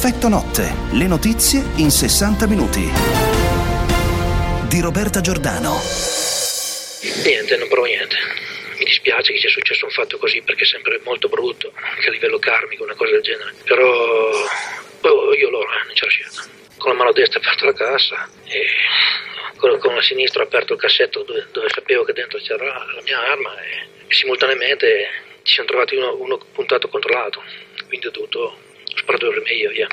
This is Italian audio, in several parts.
Effetto notte, le notizie in 60 minuti. Di Roberta Giordano. Niente, non provo niente. Mi dispiace che sia successo un fatto così, perché è sempre molto brutto, anche a livello karmico, una cosa del genere. Però io non ce l'ho scelta. Con la mano destra ho aperto la cassa e con la sinistra ho aperto il cassetto dove sapevo che dentro c'era la mia arma e simultaneamente ci siamo trovati uno puntato contro l'altro. Quindi ho sparato per me io, via.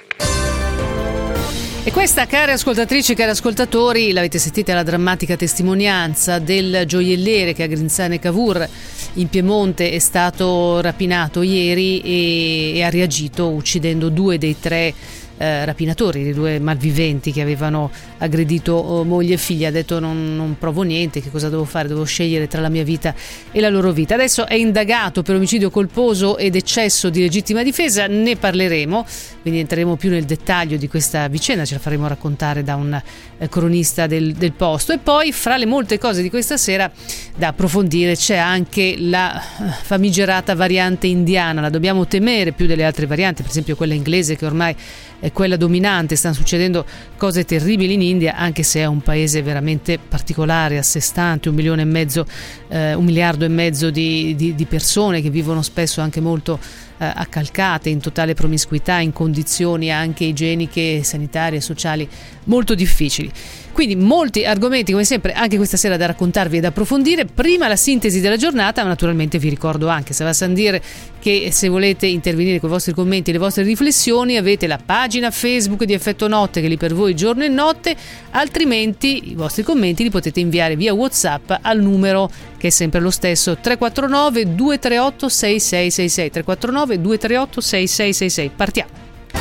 E questa, care ascoltatrici e cari ascoltatori, l'avete sentita, la drammatica testimonianza del gioielliere che a Grinzane Cavour in Piemonte è stato rapinato ieri e ha reagito uccidendo 2 dei 3 rapinatori, dei 2 malviventi che avevano aggredito moglie e figlia. Ha detto non provo niente, che cosa devo fare, devo scegliere tra la mia vita e la loro vita. Adesso è indagato per omicidio colposo ed eccesso di legittima difesa, ne parleremo, quindi entreremo più nel dettaglio di questa vicenda, ce la faremo raccontare da un cronista del posto. E poi, fra le molte cose di questa sera da approfondire, c'è anche la famigerata variante indiana. La dobbiamo temere più delle altre varianti, per esempio quella inglese, che ormai è quella dominante. Stanno succedendo cose terribili in India, anche se è un paese veramente particolare, a sé stante, 1,5 miliardi di persone che vivono spesso anche molto accalcate, in totale promiscuità, in condizioni anche igieniche, sanitarie e sociali molto difficili. Quindi molti argomenti, come sempre, anche questa sera da raccontarvi e da approfondire. Prima la sintesi della giornata, ma naturalmente vi ricordo anche, se va a dire, che se volete intervenire con i vostri commenti e le vostre riflessioni, avete la pagina Facebook di Effetto Notte, che è lì per voi giorno e notte, altrimenti i vostri commenti li potete inviare via WhatsApp al numero che è sempre lo stesso, 349 238 6666, 349 238 6666. Partiamo.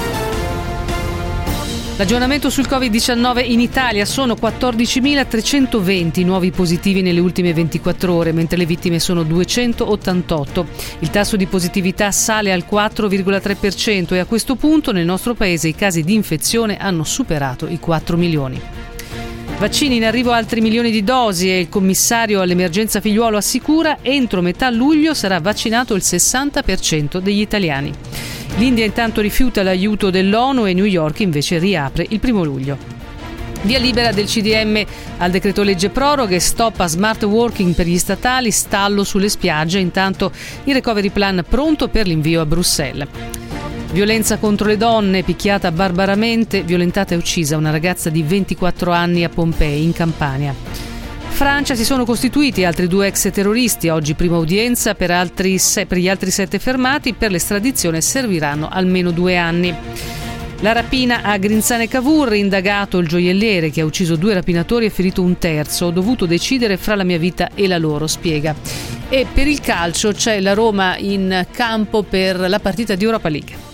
L'aggiornamento sul Covid-19 in Italia: sono 14.320 nuovi positivi nelle ultime 24 ore, mentre le vittime sono 288. Il tasso di positività sale al 4,3% e a questo punto nel nostro paese i casi di infezione hanno superato i 4 milioni. Vaccini, in arrivo altri milioni di dosi e il commissario all'emergenza Figliuolo assicura: entro metà luglio sarà vaccinato il 60% degli italiani. L'India intanto rifiuta l'aiuto dell'ONU e New York invece riapre il 1 luglio. Via libera del CDM al decreto legge proroghe, stop a smart working per gli statali, stallo sulle spiagge, intanto il recovery plan pronto per l'invio a Bruxelles. Violenza contro le donne, picchiata barbaramente, violentata e uccisa una ragazza di 24 anni a Pompei, in Campania. Francia, si sono costituiti altri 2 ex terroristi, oggi prima udienza per gli altri 7 fermati, per l'estradizione serviranno almeno 2 anni. La rapina a Grinzane Cavour, indagato il gioielliere che ha ucciso 2 rapinatori e ferito un terzo, ho dovuto decidere fra la mia vita e la loro, spiega. E per il calcio c'è la Roma in campo per la partita di Europa League.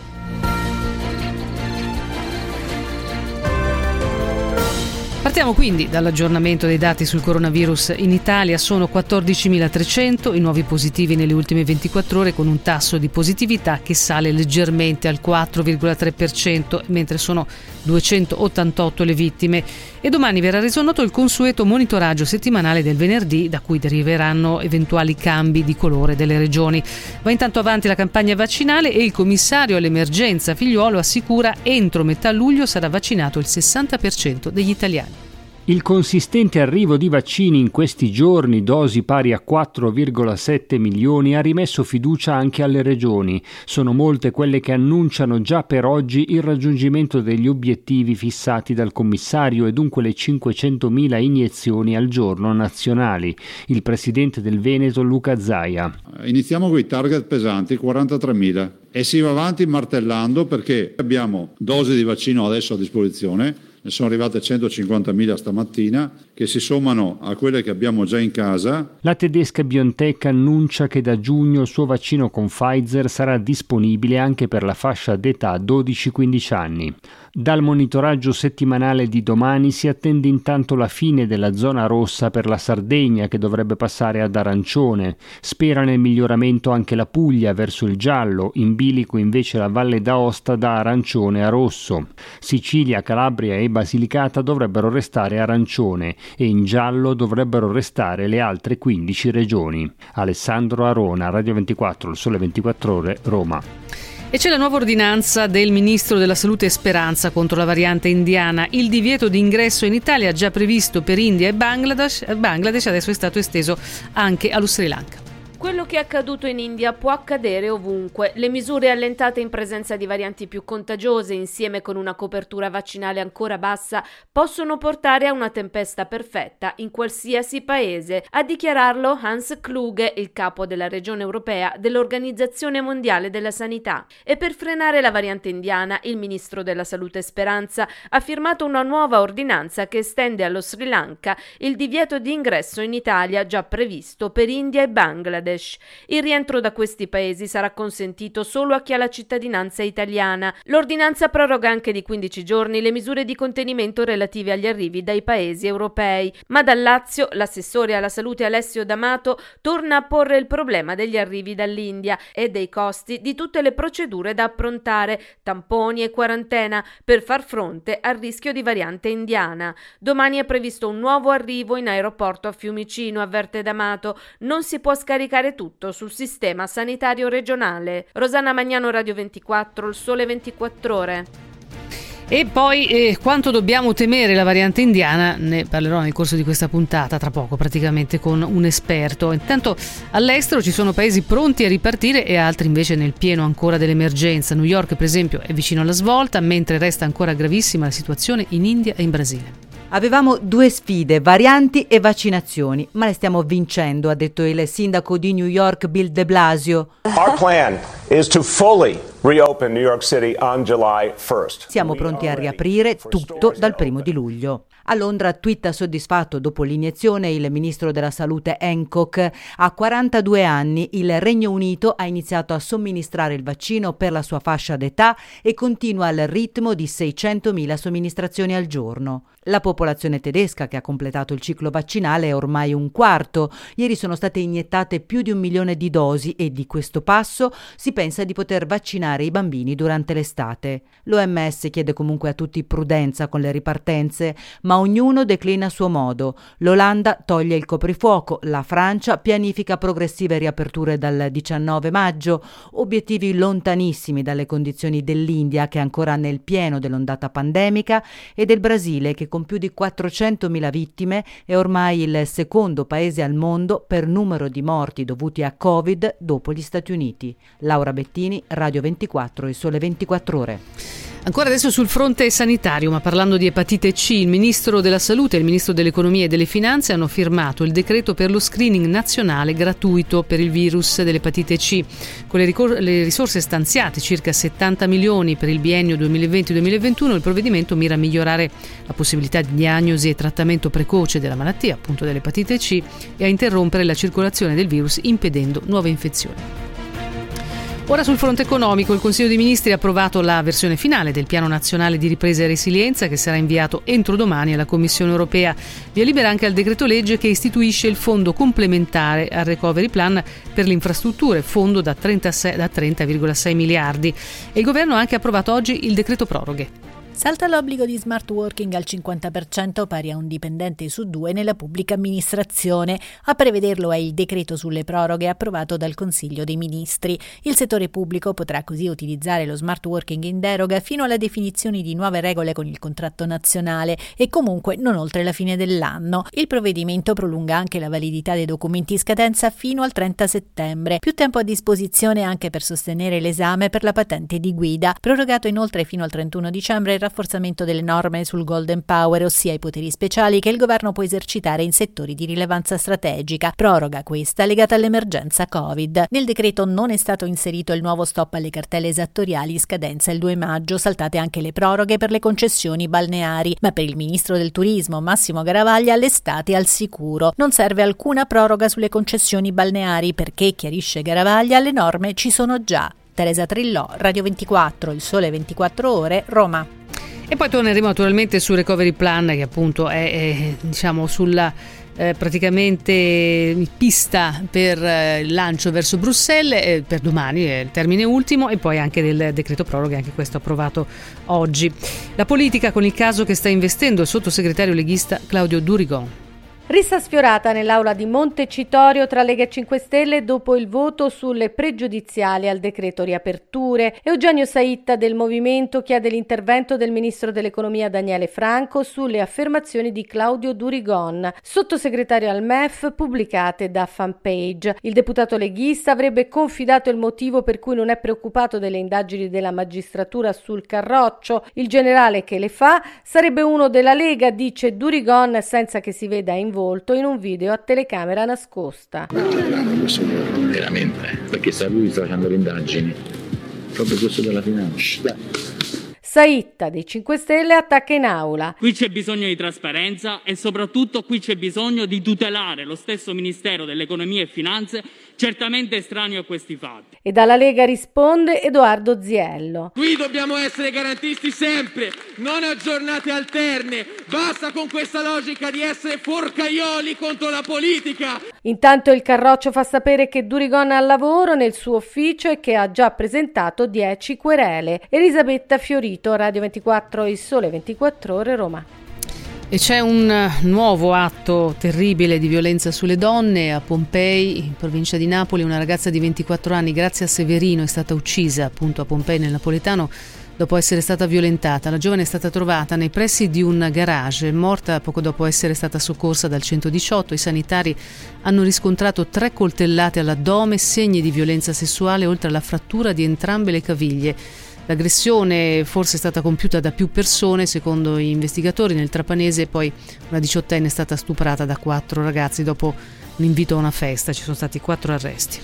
Partiamo quindi dall'aggiornamento dei dati sul coronavirus in Italia. Sono 14.300 i nuovi positivi nelle ultime 24 ore, con un tasso di positività che sale leggermente al 4,3%, mentre sono 288 le vittime. E domani verrà reso noto il consueto monitoraggio settimanale del venerdì, da cui deriveranno eventuali cambi di colore delle regioni. Va intanto avanti la campagna vaccinale e il commissario all'emergenza Figliuolo assicura: entro metà luglio sarà vaccinato il 60% degli italiani. Il consistente arrivo di vaccini in questi giorni, dosi pari a 4,7 milioni, ha rimesso fiducia anche alle regioni. Sono molte quelle che annunciano già per oggi il raggiungimento degli obiettivi fissati dal commissario e dunque le 500.000 iniezioni al giorno nazionali. Il presidente del Veneto, Luca Zaia. Iniziamo con i target pesanti, 43.000, e si va avanti martellando, perché abbiamo dosi di vaccino adesso a disposizione. Ne sono arrivate 150.000 stamattina, che si sommano a quelle che abbiamo già in casa. La tedesca BioNTech annuncia che da giugno il suo vaccino con Pfizer sarà disponibile anche per la fascia d'età 12-15 anni. Dal monitoraggio settimanale di domani si attende intanto la fine della zona rossa per la Sardegna, che dovrebbe passare ad arancione. Spera nel miglioramento anche la Puglia verso il giallo, in bilico invece la Valle d'Aosta da arancione a rosso. Sicilia, Calabria e Basilicata dovrebbero restare arancione e in giallo dovrebbero restare le altre 15 regioni. Alessandro Arona, Radio 24, Il Sole 24 Ore, Roma. E c'è la nuova ordinanza del ministro della Salute Speranza contro la variante indiana. Il divieto di ingresso in Italia, già previsto per India e Bangladesh, adesso è stato esteso anche allo Sri Lanka. Quello che è accaduto in India può accadere ovunque. Le misure allentate in presenza di varianti più contagiose, insieme con una copertura vaccinale ancora bassa, possono portare a una tempesta perfetta in qualsiasi paese. A dichiararlo Hans Kluge, il capo della regione europea dell'Organizzazione Mondiale della Sanità. E per frenare la variante indiana, il ministro della Salute Speranza ha firmato una nuova ordinanza che estende allo Sri Lanka il divieto di ingresso in Italia già previsto per India e Bangladesh. Il rientro da questi paesi sarà consentito solo a chi ha la cittadinanza italiana. L'ordinanza proroga anche di 15 giorni le misure di contenimento relative agli arrivi dai paesi europei. Ma dal Lazio, l'assessore alla salute Alessio D'Amato torna a porre il problema degli arrivi dall'India e dei costi di tutte le procedure da approntare, tamponi e quarantena, per far fronte al rischio di variante indiana. Domani è previsto un nuovo arrivo in aeroporto a Fiumicino, avverte D'Amato. Non si può scaricare tutto sul sistema sanitario regionale. Rosanna Magnano, Radio 24, Il Sole 24 Ore. E poi quanto dobbiamo temere la variante indiana, ne parlerò nel corso di questa puntata, tra poco praticamente con un esperto. Intanto all'estero ci sono paesi pronti a ripartire e altri invece nel pieno ancora dell'emergenza. New York per esempio è vicino alla svolta, mentre resta ancora gravissima la situazione in India e in Brasile. Avevamo due sfide, varianti e vaccinazioni, ma le stiamo vincendo, ha detto il sindaco di New York Bill de Blasio. Our plan is to fully reopen New York City on July 1st. Siamo pronti a riaprire tutto dal 1 di luglio. A Londra twitta soddisfatto dopo l'iniezione il ministro della salute Hancock. A 42 anni il Regno Unito ha iniziato a somministrare il vaccino per la sua fascia d'età e continua al ritmo di 600.000 somministrazioni al giorno. La popolazione tedesca che ha completato il ciclo vaccinale è ormai un quarto. Ieri sono state iniettate più di 1 milione di dosi e di questo passo si pensa di poter vaccinare i bambini durante l'estate. L'OMS chiede comunque a tutti prudenza con le ripartenze, ma ognuno declina a suo modo. L'Olanda toglie il coprifuoco, la Francia pianifica progressive riaperture dal 19 maggio, obiettivi lontanissimi dalle condizioni dell'India che è ancora nel pieno dell'ondata pandemica e del Brasile che con più di 400.000 vittime è ormai il secondo paese al mondo per numero di morti dovuti a Covid dopo gli Stati Uniti. Laura Bettini, Radio 24, Il Sole 24 Ore. Ancora adesso sul fronte sanitario, ma parlando di epatite C, il Ministro della Salute e il Ministro dell'Economia e delle Finanze hanno firmato il decreto per lo screening nazionale gratuito per il virus dell'epatite C. Con le risorse stanziate, circa 70 milioni per il biennio 2020-2021, il provvedimento mira a migliorare la possibilità di diagnosi e trattamento precoce della malattia, appunto dell'epatite C, e a interrompere la circolazione del virus impedendo nuove infezioni. Ora sul fronte economico, il Consiglio dei Ministri ha approvato la versione finale del Piano Nazionale di Ripresa e Resilienza che sarà inviato entro domani alla Commissione Europea. Via libera anche al decreto legge che istituisce il fondo complementare al Recovery Plan per le infrastrutture, fondo da 30,6 miliardi. E il Governo ha anche approvato oggi il decreto proroghe. Salta l'obbligo di smart working al 50%, pari a un dipendente su 2 nella pubblica amministrazione. A prevederlo è il decreto sulle proroghe approvato dal Consiglio dei Ministri. Il settore pubblico potrà così utilizzare lo smart working in deroga fino alla definizione di nuove regole con il contratto nazionale e comunque non oltre la fine dell'anno. Il provvedimento prolunga anche la validità dei documenti in scadenza fino al 30 settembre. Più tempo a disposizione anche per sostenere l'esame per la patente di guida. Prorogato inoltre fino al 31 dicembre il rafforzamento delle norme sul Golden Power, ossia i poteri speciali che il governo può esercitare in settori di rilevanza strategica. Proroga questa legata all'emergenza Covid. Nel decreto non è stato inserito il nuovo stop alle cartelle esattoriali in scadenza il 2 maggio, saltate anche le proroghe per le concessioni balneari, ma per il ministro del turismo Massimo Garavaglia l'estate è al sicuro. Non serve alcuna proroga sulle concessioni balneari perché, chiarisce Garavaglia, le norme ci sono già. Teresa Trillò, Radio 24, Il Sole 24 Ore, Roma. E poi torneremo naturalmente sul Recovery Plan che appunto è diciamo sulla praticamente pista per il lancio verso Bruxelles per domani è il termine ultimo, e poi anche del decreto proroghe, anche questo approvato oggi. La politica con il caso che sta investendo il sottosegretario leghista Claudio Durigon. Rissa sfiorata nell'aula di Montecitorio tra Lega e 5 Stelle dopo il voto sulle pregiudiziali al decreto riaperture. Eugenio Saitta del Movimento chiede l'intervento del ministro dell'Economia Daniele Franco sulle affermazioni di Claudio Durigon, sottosegretario al MEF, pubblicate da Fanpage. Il deputato leghista avrebbe confidato il motivo per cui non è preoccupato delle indagini della magistratura sul Carroccio. Il generale che le fa sarebbe uno della Lega, dice Durigon senza che si veda in volto in un video a telecamera nascosta. Veramente, perché sa lui sta facendo le indagini, proprio questo della finanza. Saitta dei 5 Stelle attacca in aula. Qui c'è bisogno di trasparenza e soprattutto qui c'è bisogno di tutelare lo stesso Ministero dell'Economia e Finanze, certamente estraneo a questi fatti. E dalla Lega risponde Edoardo Ziello. Qui dobbiamo essere garantisti sempre, non a giornate alterne. Basta con questa logica di essere forcaioli contro la politica. Intanto il Carroccio fa sapere che Durigon è al lavoro nel suo ufficio e che ha già presentato 10 querele. Elisabetta Fiorito, Radio 24, Il Sole 24 Ore, Roma. E c'è un nuovo atto terribile di violenza sulle donne a Pompei, in provincia di Napoli. Una ragazza di 24 anni, Grazia Severino, è stata uccisa appunto a Pompei nel napoletano dopo essere stata violentata. La giovane è stata trovata nei pressi di un garage, morta poco dopo essere stata soccorsa dal 118. I sanitari hanno riscontrato 3 coltellate all'addome, segni di violenza sessuale oltre alla frattura di entrambe le caviglie. L'aggressione forse è stata compiuta da più persone, secondo gli investigatori. Nel Trapanese poi una 18enne è stata stuprata da 4 ragazzi dopo un invito a una festa. Ci sono stati 4 arresti.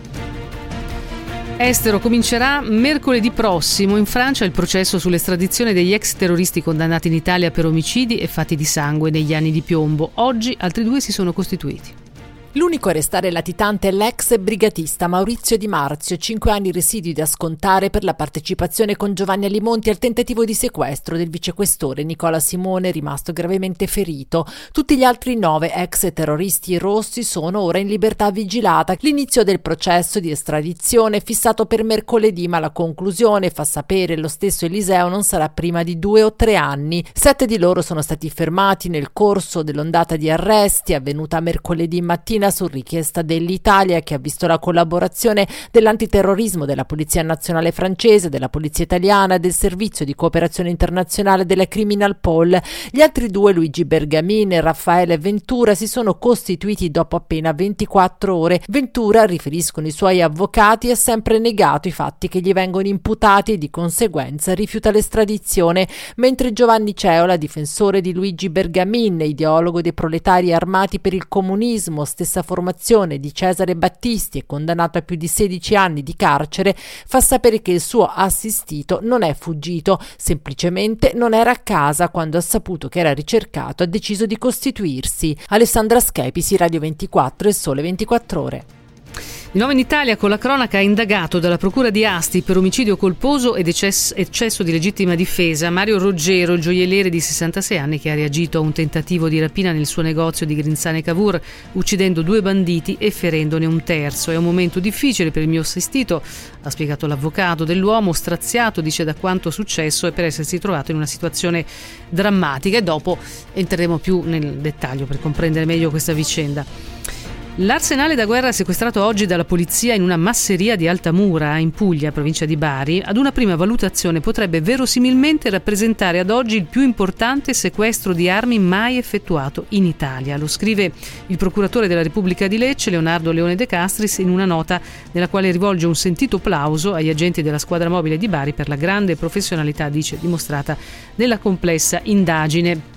Estero, comincerà mercoledì prossimo in Francia il processo sull'estradizione degli ex terroristi condannati in Italia per omicidi e fatti di sangue negli anni di piombo. Oggi altri 2 si sono costituiti. L'unico a restare latitante è l'ex brigatista Maurizio Di Marzio, 5 anni residui da scontare per la partecipazione con Giovanni Alimonti al tentativo di sequestro del vicequestore Nicola Simone, rimasto gravemente ferito. Tutti gli altri 9 ex terroristi rossi sono ora in libertà vigilata. L'inizio del processo di estradizione è fissato per mercoledì, ma la conclusione, fa sapere lo stesso Eliseo, non sarà prima di 2 o 3 anni. 7 di loro sono stati fermati nel corso dell'ondata di arresti avvenuta mercoledì mattina su richiesta dell'Italia, che ha visto la collaborazione dell'antiterrorismo, della Polizia Nazionale francese, della Polizia Italiana e del Servizio di Cooperazione Internazionale della Criminalpol. Gli altri 2, Luigi Bergamin e Raffaele Ventura, si sono costituiti dopo appena 24 ore. Ventura, riferiscono i suoi avvocati, ha sempre negato i fatti che gli vengono imputati e di conseguenza rifiuta l'estradizione, mentre Giovanni Ceola, difensore di Luigi Bergamin, ideologo dei proletari armati per il comunismo, stessa formazione di Cesare Battisti e condannato a più di 16 anni di carcere, fa sapere che il suo assistito non è fuggito, semplicemente non era a casa quando ha saputo che era ricercato, ha deciso di costituirsi. Alessandra Schepisi, Radio 24 e Sole 24 Ore. Di nuovo in Italia, con la cronaca, indagato dalla procura di Asti per omicidio colposo ed eccesso di legittima difesa Mario Roggero, il gioielliere di 66 anni che ha reagito a un tentativo di rapina nel suo negozio di Grinzane Cavour, uccidendo 2 banditi e ferendone un terzo. È un momento difficile per il mio assistito, ha spiegato l'avvocato dell'uomo, straziato, dice, da quanto successo e per essersi trovato in una situazione drammatica. E dopo entreremo più nel dettaglio per comprendere meglio questa vicenda. L'arsenale da guerra sequestrato oggi dalla polizia in una masseria di Altamura, in Puglia, provincia di Bari, ad una prima valutazione potrebbe verosimilmente rappresentare ad oggi il più importante sequestro di armi mai effettuato in Italia. Lo scrive il procuratore della Repubblica di Lecce, Leonardo Leone De Castris, in una nota nella quale rivolge un sentito plauso agli agenti della squadra mobile di Bari per la grande professionalità, dice, dimostrata nella complessa indagine.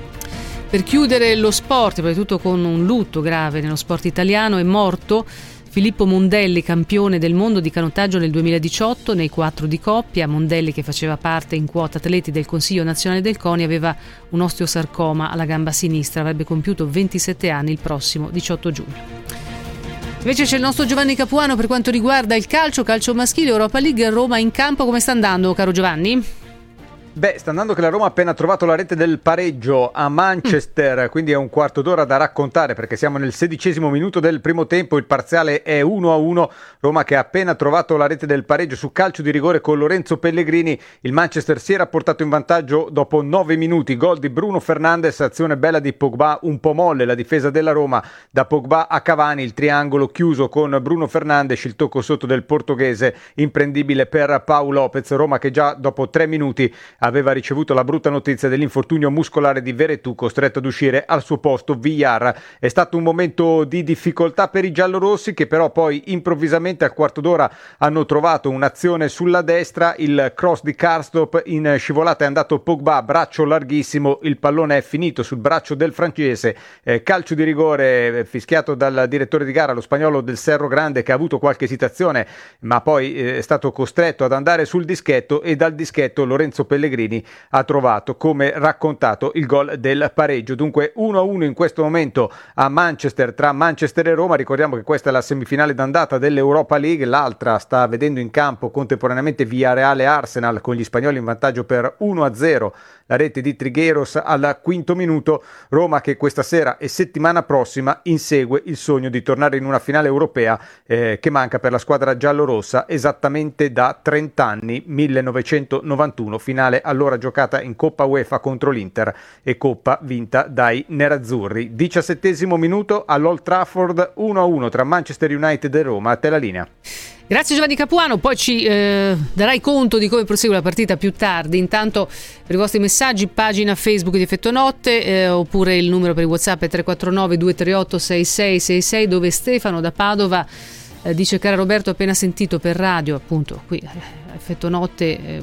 Per chiudere lo sport, soprattutto con un lutto grave nello sport italiano, è morto Filippo Mondelli, campione del mondo di canottaggio nel 2018 nei 4 di coppia. Mondelli, che faceva parte in quota atleti del Consiglio Nazionale del CONI, aveva un osteosarcoma alla gamba sinistra, avrebbe compiuto 27 anni il prossimo 18 giugno. Invece c'è il nostro Giovanni Capuano per quanto riguarda il calcio maschile, Europa League, Roma in campo. Come sta andando, caro Giovanni? Sta andando che la Roma ha appena trovato la rete del pareggio a Manchester, quindi è un quarto d'ora da raccontare perché siamo nel 16° minuto del primo tempo, il parziale è 1-1, Roma che ha appena trovato la rete del pareggio su calcio di rigore con Lorenzo Pellegrini, il Manchester si era portato in vantaggio dopo 9 minuti, gol di Bruno Fernandes, azione bella di Pogba, un po' molle la difesa della Roma, da Pogba a Cavani, il triangolo chiuso con Bruno Fernandes, il tocco sotto del portoghese, imprendibile per Pau Lopez, Roma che già dopo 3 minuti aveva ricevuto la brutta notizia dell'infortunio muscolare di Veretout, costretto ad uscire al suo posto Villar. È stato un momento di difficoltà per i giallorossi che però poi improvvisamente al quarto d'ora hanno trovato un'azione sulla destra, il cross di Karsdorp, in scivolata è andato Pogba, braccio larghissimo, il pallone è finito sul braccio del francese, calcio di rigore fischiato dal direttore di gara, lo spagnolo del Cerro Grande, che ha avuto qualche esitazione ma poi è stato costretto ad andare sul dischetto e dal dischetto Lorenzo Pellegrini ha trovato, come raccontato, il gol del pareggio. Dunque 1-1 in questo momento a Manchester, tra Manchester e Roma. Ricordiamo che questa è la semifinale d'andata dell'Europa League, l'altra sta vedendo in campo contemporaneamente Villarreal e Arsenal, con gli spagnoli in vantaggio per 1-0. La rete di Trigueros al 5° minuto, Roma che questa sera e settimana prossima insegue il sogno di tornare in una finale europea che manca per la squadra giallorossa esattamente da 30 anni, 1991, finale allora giocata in Coppa UEFA contro l'Inter e Coppa vinta dai nerazzurri. 17° minuto all'Old Trafford, 1-1 tra Manchester United e Roma. A te la linea. Grazie Giovanni Capuano, poi ci darai conto di come prosegue la partita più tardi. Intanto per i vostri messaggi, pagina Facebook di Effetto Notte, oppure il numero per il WhatsApp è 349 238 6666, dove Stefano da Padova dice: cara Roberto, appena sentito per radio, appunto qui Effetto Notte, è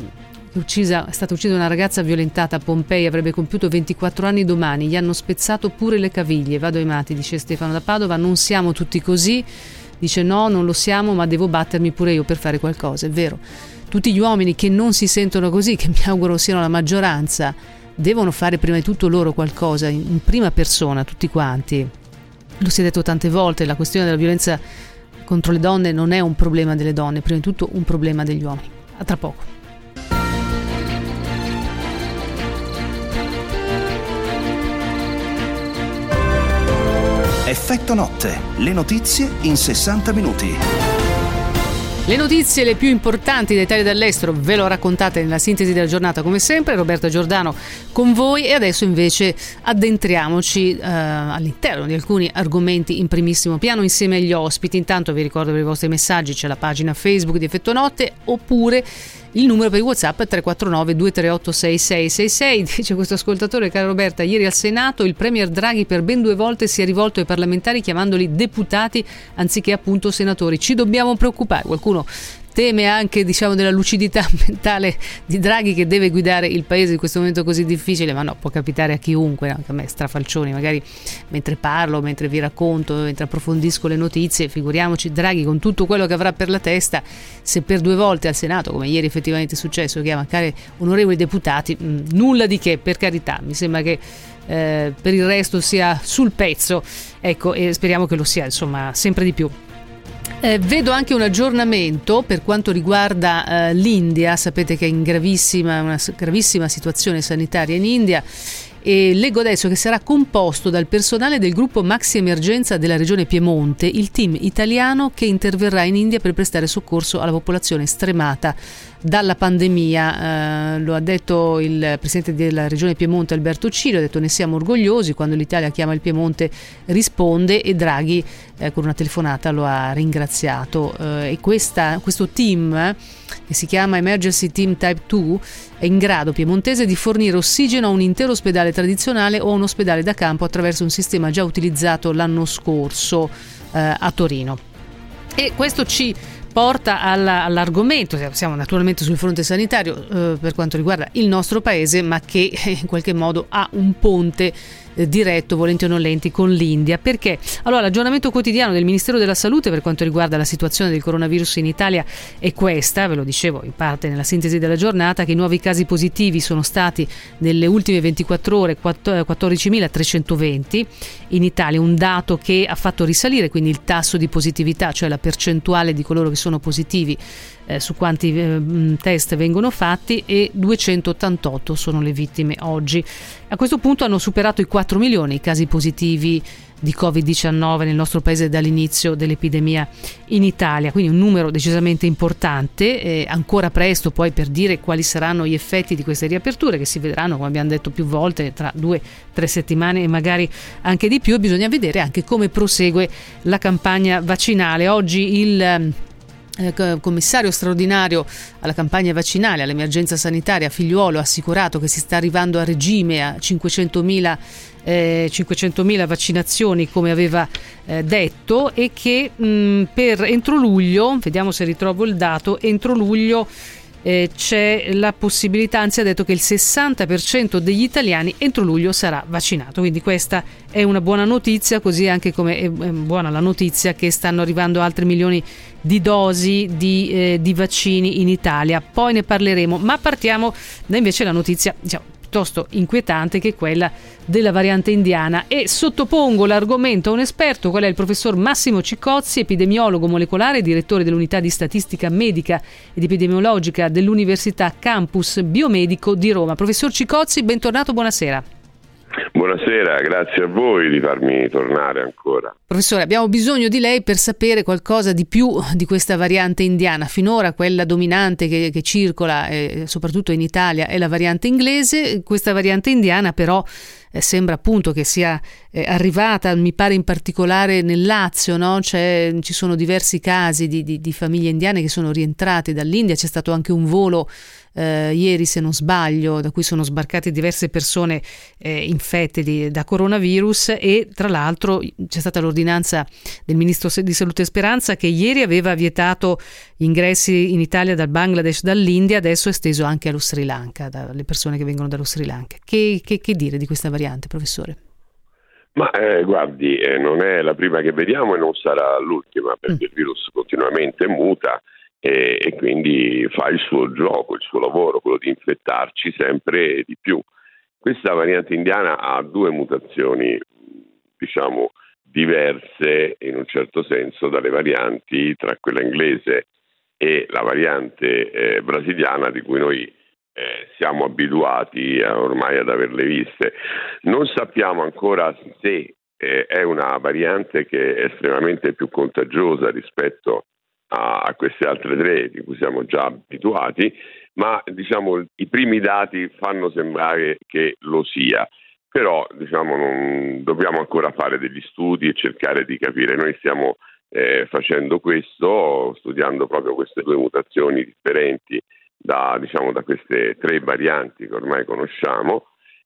stata uccisa una ragazza violentata a Pompei, avrebbe compiuto 24 anni domani, gli hanno spezzato pure le caviglie, vado ai matti, dice Stefano da Padova. Non siamo tutti così, dice no, non lo siamo, ma devo battermi pure io per fare qualcosa. È vero, tutti gli uomini che non si sentono così, che mi auguro siano la maggioranza, devono fare prima di tutto loro qualcosa, in prima persona, tutti quanti. Lo si è detto tante volte, la questione della violenza contro le donne non è un problema delle donne, prima di tutto un problema degli uomini. A tra poco. Effetto Notte, le notizie in 60 minuti. Le notizie le più importanti dall'Italia e dall'estero ve l'ho raccontate nella sintesi della giornata come sempre, Roberta Giordano con voi, e adesso invece addentriamoci all'interno di alcuni argomenti in primissimo piano insieme agli ospiti. Intanto vi ricordo per i vostri messaggi c'è la pagina Facebook di Effetto Notte, oppure il numero per il WhatsApp è 349 238 6666. Dice questo ascoltatore: cara Roberta, ieri al Senato il premier Draghi per ben 2 volte si è rivolto ai parlamentari chiamandoli deputati anziché appunto senatori. Ci dobbiamo preoccupare? Qualcuno teme anche, diciamo, della lucidità mentale di Draghi, che deve guidare il paese in questo momento così difficile, ma no, può capitare a chiunque, anche a me strafalcioni, magari mentre parlo, mentre vi racconto, mentre approfondisco le notizie, figuriamoci Draghi con tutto quello che avrà per la testa, se per 2 volte al Senato, come ieri effettivamente è successo, chiama cari onorevoli deputati, nulla di che, per carità, mi sembra che per il resto sia sul pezzo, ecco, e speriamo che lo sia, insomma, sempre di più. Vedo anche un aggiornamento per quanto riguarda l'India. Sapete che è in una gravissima situazione sanitaria in India, e leggo adesso che sarà composto dal personale del gruppo Maxi Emergenza della regione Piemonte il team italiano che interverrà in India per prestare soccorso alla popolazione stremata dalla pandemia. Lo ha detto il presidente della regione Piemonte Alberto Cirio, ha detto: ne siamo orgogliosi, quando l'Italia chiama il Piemonte risponde, e Draghi con una telefonata lo ha ringraziato. E questo team che si chiama Emergency Team Type 2 è in grado, piemontese, di fornire ossigeno a un intero ospedale tradizionale o a un ospedale da campo attraverso un sistema già utilizzato l'anno scorso a Torino. E questo ci porta all'argomento, siamo naturalmente sul fronte sanitario per quanto riguarda il nostro paese, ma che in qualche modo ha un ponte diretto, volenti o nolenti, con l'India. Perché? Allora, l'aggiornamento quotidiano del Ministero della Salute per quanto riguarda la situazione del coronavirus in Italia è questa, ve lo dicevo in parte nella sintesi della giornata, che i nuovi casi positivi sono stati nelle ultime 24 ore 14.320 in Italia, un dato che ha fatto risalire quindi il tasso di positività, cioè la percentuale di coloro che sono positivi su quanti test vengono fatti, e 288 sono le vittime oggi. A questo punto hanno superato i 4 milioni i casi positivi di Covid-19 nel nostro paese dall'inizio dell'epidemia in Italia, quindi un numero decisamente importante. Ancora presto poi per dire quali saranno gli effetti di queste riaperture, che si vedranno, come abbiamo detto più volte, tra 2-3 settimane e magari anche di più, e bisogna vedere anche come prosegue la campagna vaccinale. Oggi il commissario straordinario alla campagna vaccinale, all'emergenza sanitaria Figliuolo, ha assicurato che si sta arrivando a regime a 500.000 vaccinazioni, come aveva detto, e che per entro luglio, vediamo se ritrovo il dato, entro luglio c'è la possibilità, anzi ha detto che il 60% degli italiani entro luglio sarà vaccinato, quindi questa è una buona notizia, così anche come è buona la notizia che stanno arrivando altri milioni di dosi di vaccini in Italia. Poi ne parleremo, ma partiamo da invece la notizia, diciamo, piuttosto inquietante, che è quella della variante indiana, e sottopongo l'argomento a un esperto, qual è il professor Massimo Cicozzi, epidemiologo molecolare e direttore dell'unità di statistica medica ed epidemiologica dell'Università Campus Biomedico di Roma. Professor Cicozzi, bentornato, buonasera. Buonasera, grazie a voi di farmi tornare ancora. Professore, abbiamo bisogno di lei per sapere qualcosa di più di questa variante indiana. Finora quella dominante che circola, soprattutto in Italia, è la variante inglese. Questa variante indiana però sembra appunto che sia arrivata, mi pare in particolare nel Lazio, no? Ci sono diversi casi di famiglie indiane che sono rientrate dall'India. C'è stato anche un volo ieri, se non sbaglio, da cui sono sbarcate diverse persone infette da coronavirus, e tra l'altro c'è stata l'ordinanza del ministro di Salute Speranza che ieri aveva vietato ingressi in Italia dal Bangladesh, dall'India, adesso è esteso anche allo Sri Lanka, dalle persone che vengono dallo Sri Lanka. Che dire di questa variante, professore? Ma guardi, non è la prima che vediamo e non sarà l'ultima, perché il virus continuamente muta e quindi fa il suo gioco, il suo lavoro, quello di infettarci sempre di più. Questa variante indiana ha due mutazioni, diciamo, diverse in un certo senso dalle varianti tra quella inglese e la variante brasiliana, di cui noi siamo abituati ormai ad averle viste. Non sappiamo ancora se è una variante che è estremamente più contagiosa rispetto a queste altre tre di cui siamo già abituati, ma diciamo i primi dati fanno sembrare che lo sia. Però diciamo non dobbiamo ancora fare degli studi e cercare di capire. Noi stiamo facendo questo, studiando proprio queste due mutazioni differenti da queste tre varianti che ormai conosciamo,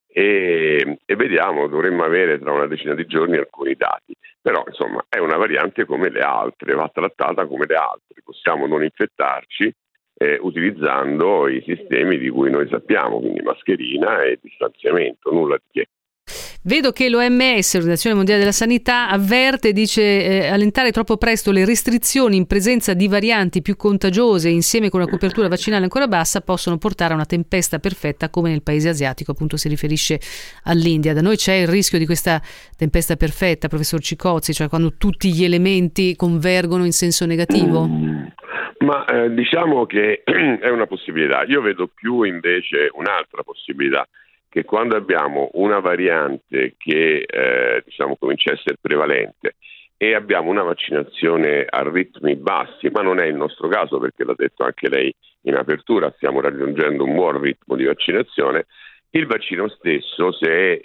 e vediamo, dovremmo avere tra una decina di giorni alcuni dati. Però insomma è una variante come le altre, va trattata come le altre, possiamo non infettarci utilizzando i sistemi di cui noi sappiamo, quindi mascherina e distanziamento, nulla di che. Vedo che l'OMS, l'Organizzazione Mondiale della Sanità, avverte, dice allentare troppo presto le restrizioni in presenza di varianti più contagiose insieme con una copertura vaccinale ancora bassa possono portare a una tempesta perfetta come nel paese asiatico, appunto si riferisce all'India. Da noi c'è il rischio di questa tempesta perfetta, professor Cicozzi, cioè quando tutti gli elementi convergono in senso negativo? Ma diciamo che è una possibilità. Io vedo più invece un'altra possibilità, che quando abbiamo una variante che comincia a essere prevalente e abbiamo una vaccinazione a ritmi bassi, ma non è il nostro caso perché l'ha detto anche lei in apertura, stiamo raggiungendo un buon ritmo di vaccinazione, il vaccino stesso, se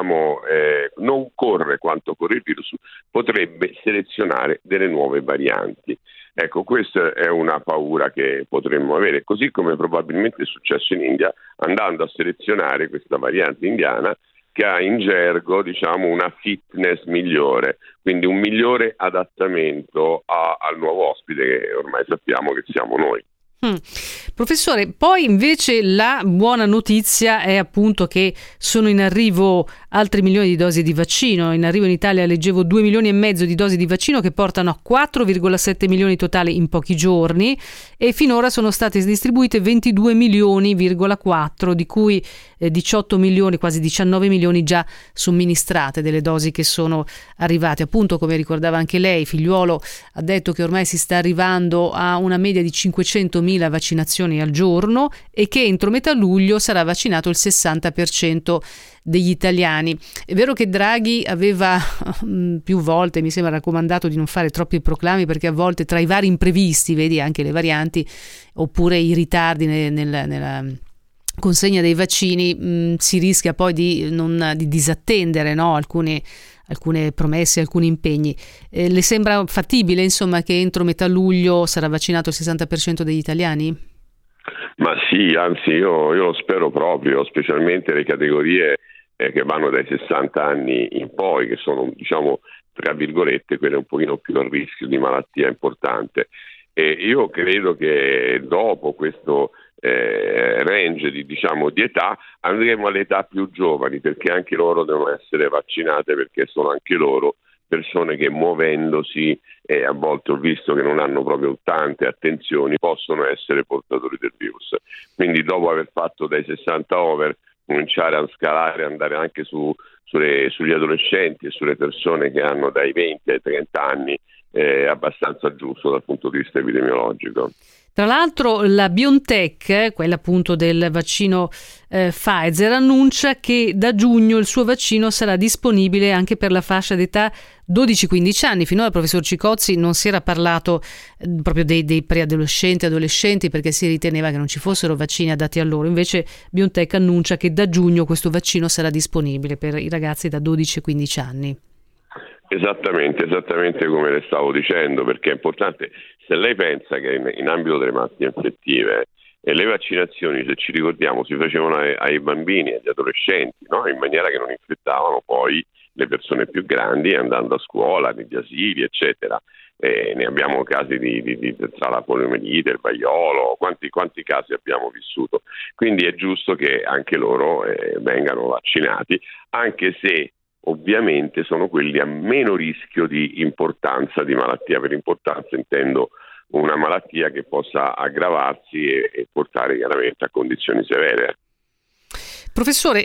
non corre quanto corre il virus, potrebbe selezionare delle nuove varianti. Ecco, questa è una paura che potremmo avere, così come probabilmente è successo in India, andando a selezionare questa variante indiana che ha in gergo, una fitness migliore, quindi un migliore adattamento al nuovo ospite che ormai sappiamo che siamo noi. Professore, poi invece la buona notizia è appunto che sono in arrivo altri milioni di dosi di vaccino. In arrivo in Italia, leggevo, 2,5 milioni di dosi di vaccino che portano a 4,7 milioni totali in pochi giorni, e finora sono state distribuite 22,4 milioni, di cui 18 milioni, quasi 19 milioni già somministrate delle dosi che sono arrivate. Appunto, come ricordava anche lei, Figliuolo ha detto che ormai si sta arrivando a una media di 500.000 100.000 vaccinazioni al giorno e che entro metà luglio sarà vaccinato il 60% degli italiani. È vero che Draghi aveva più volte, mi sembra, raccomandato di non fare troppi proclami, perché a volte tra i vari imprevisti, vedi anche le varianti oppure i ritardi nella consegna dei vaccini, si rischia poi di disattendere, no? alcune promesse, alcuni impegni. Le sembra fattibile, insomma, che entro metà luglio sarà vaccinato il 60% degli italiani? Ma sì, anzi io lo spero proprio, specialmente le categorie che vanno dai 60 anni in poi, che sono, diciamo, tra virgolette, quelle un pochino più a rischio di malattia importante. E io credo che dopo questo range di età andremo alle età più giovani, perché anche loro devono essere vaccinate, perché sono anche loro persone che, muovendosi, a volte ho visto che non hanno proprio tante attenzioni, possono essere portatori del virus. Quindi dopo aver fatto dai 60 over, cominciare a scalare, andare anche sugli adolescenti e sulle persone che hanno dai 20 ai 30 anni è abbastanza giusto dal punto di vista epidemiologico. Tra l'altro la BioNTech, quella appunto del vaccino Pfizer, annuncia che da giugno il suo vaccino sarà disponibile anche per la fascia d'età 12-15 anni. Finora, professor Cicozzi, non si era parlato proprio dei preadolescenti, adolescenti, perché si riteneva che non ci fossero vaccini adatti a loro. Invece BioNTech annuncia che da giugno questo vaccino sarà disponibile per i ragazzi da 12-15 anni. Esattamente come le stavo dicendo, perché è importante. Se lei pensa che in ambito delle malattie infettive le vaccinazioni, se ci ricordiamo, si facevano ai bambini e agli adolescenti, no? In maniera che non infettavano poi le persone più grandi andando a scuola, negli asili, eccetera. Ne abbiamo casi tra la poliomielite, il vaiolo, quanti casi abbiamo vissuto. Quindi è giusto che anche loro vengano vaccinati, anche se ovviamente sono quelli a meno rischio di importanza di malattia. Per importanza intendo una malattia che possa aggravarsi e portare chiaramente a condizioni severe. Professore,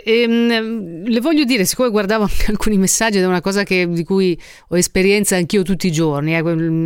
le voglio dire, siccome guardavo anche alcuni messaggi, ed è una cosa di cui ho esperienza anch'io tutti i giorni,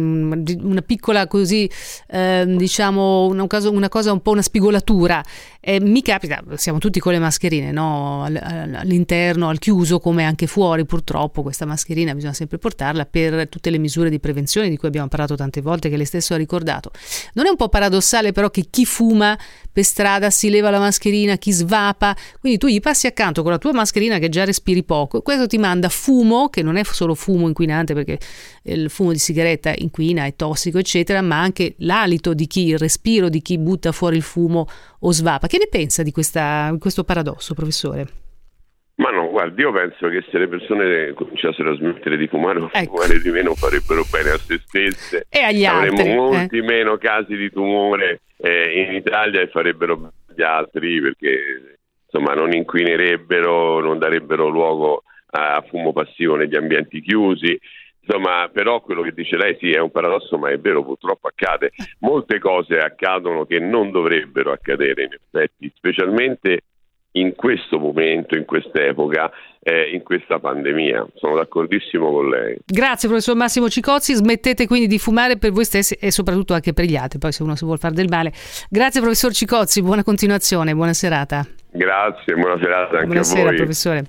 una piccola così, diciamo, una cosa un po' una spigolatura. Mi capita, siamo tutti con le mascherine, no? All'interno, al chiuso, come anche fuori. Purtroppo questa mascherina bisogna sempre portarla per tutte le misure di prevenzione di cui abbiamo parlato tante volte, che lei stesso ha ricordato. Non è un po' paradossale però che chi fuma per strada si leva la mascherina, chi svapa, quindi tu gli passi accanto con la tua mascherina che già respiri poco, questo ti manda fumo, che non è solo fumo inquinante, perché il fumo di sigaretta inquina, è tossico eccetera, ma anche l'alito il respiro di chi butta fuori il fumo o svapa. Che ne pensa di questo paradosso, professore? Ma no, guardi, io penso che se le persone cominciassero a smettere di fumare o fumare di meno, farebbero bene a se stesse e agli altri. Avremmo molti meno casi di tumore in Italia e farebbero bene agli altri, perché insomma non inquinerebbero, non darebbero luogo a fumo passivo negli ambienti chiusi. Insomma, però quello che dice lei sì, è un paradosso, ma è vero, purtroppo accade. Molte cose accadono che non dovrebbero accadere, in effetti, specialmente in questo momento, in quest'epoca, in questa pandemia. Sono d'accordissimo con lei. Grazie, professor Massimo Cicozzi. Smettete quindi di fumare per voi stessi e soprattutto anche per gli altri, poi se uno si vuole fare del male. Grazie, professor Cicozzi, buona continuazione, buona serata. Grazie, buona serata anche Buonasera, a voi. Professore.